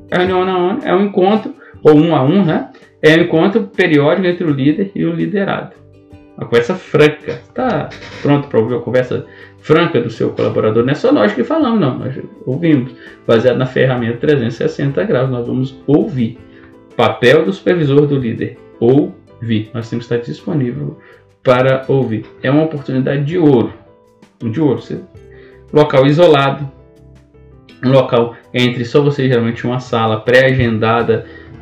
A reunião one-on-one é um encontro, ou um a um, né? É um encontro periódico entre o líder e o liderado. Uma conversa franca. Está pronto para ouvir uma conversa franca do seu colaborador? Não é só nós que falamos, não. Nós ouvimos. Baseado na ferramenta 360 graus, nós vamos ouvir. Papel do supervisor do líder. Ouvir. Nós temos que estar disponível para ouvir. É uma oportunidade de ouro. De ouro. Local isolado. Um local entre só você, geralmente uma sala pré-agendada,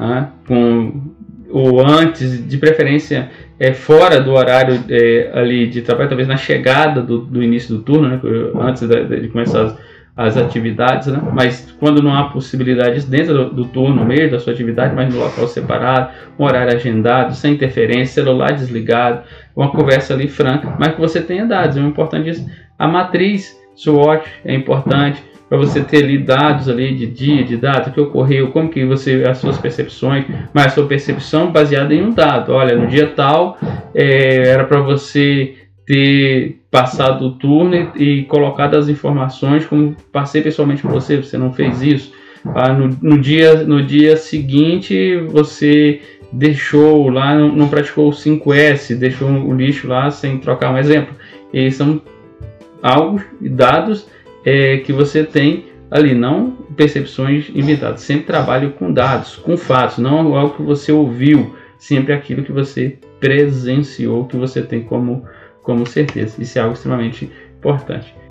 ou antes, de preferência fora do horário ali de trabalho, talvez na chegada do início do turno, né, antes de começar as atividades, né, mas quando não há possibilidades dentro do turno mesmo, da sua atividade, mas no local separado, um horário agendado, sem interferência, celular desligado, uma conversa ali franca, mas que você tenha dados. É importante isso. A matriz SWOT é importante, para você ter ali dados ali de dia, de data, o que ocorreu, como que as suas percepções, mas a sua percepção baseada em um dado. Olha, no dia tal, era para você ter passado o turno e colocado as informações como passei pessoalmente com você, você não fez isso. No dia seguinte, você deixou lá, não praticou o 5S, deixou o lixo lá sem trocar um exemplo. E são dados que você tem ali, não percepções inventadas. Sempre trabalho com dados, com fatos, não algo que você ouviu, sempre aquilo que você presenciou, que você tem como certeza. Isso é algo extremamente importante.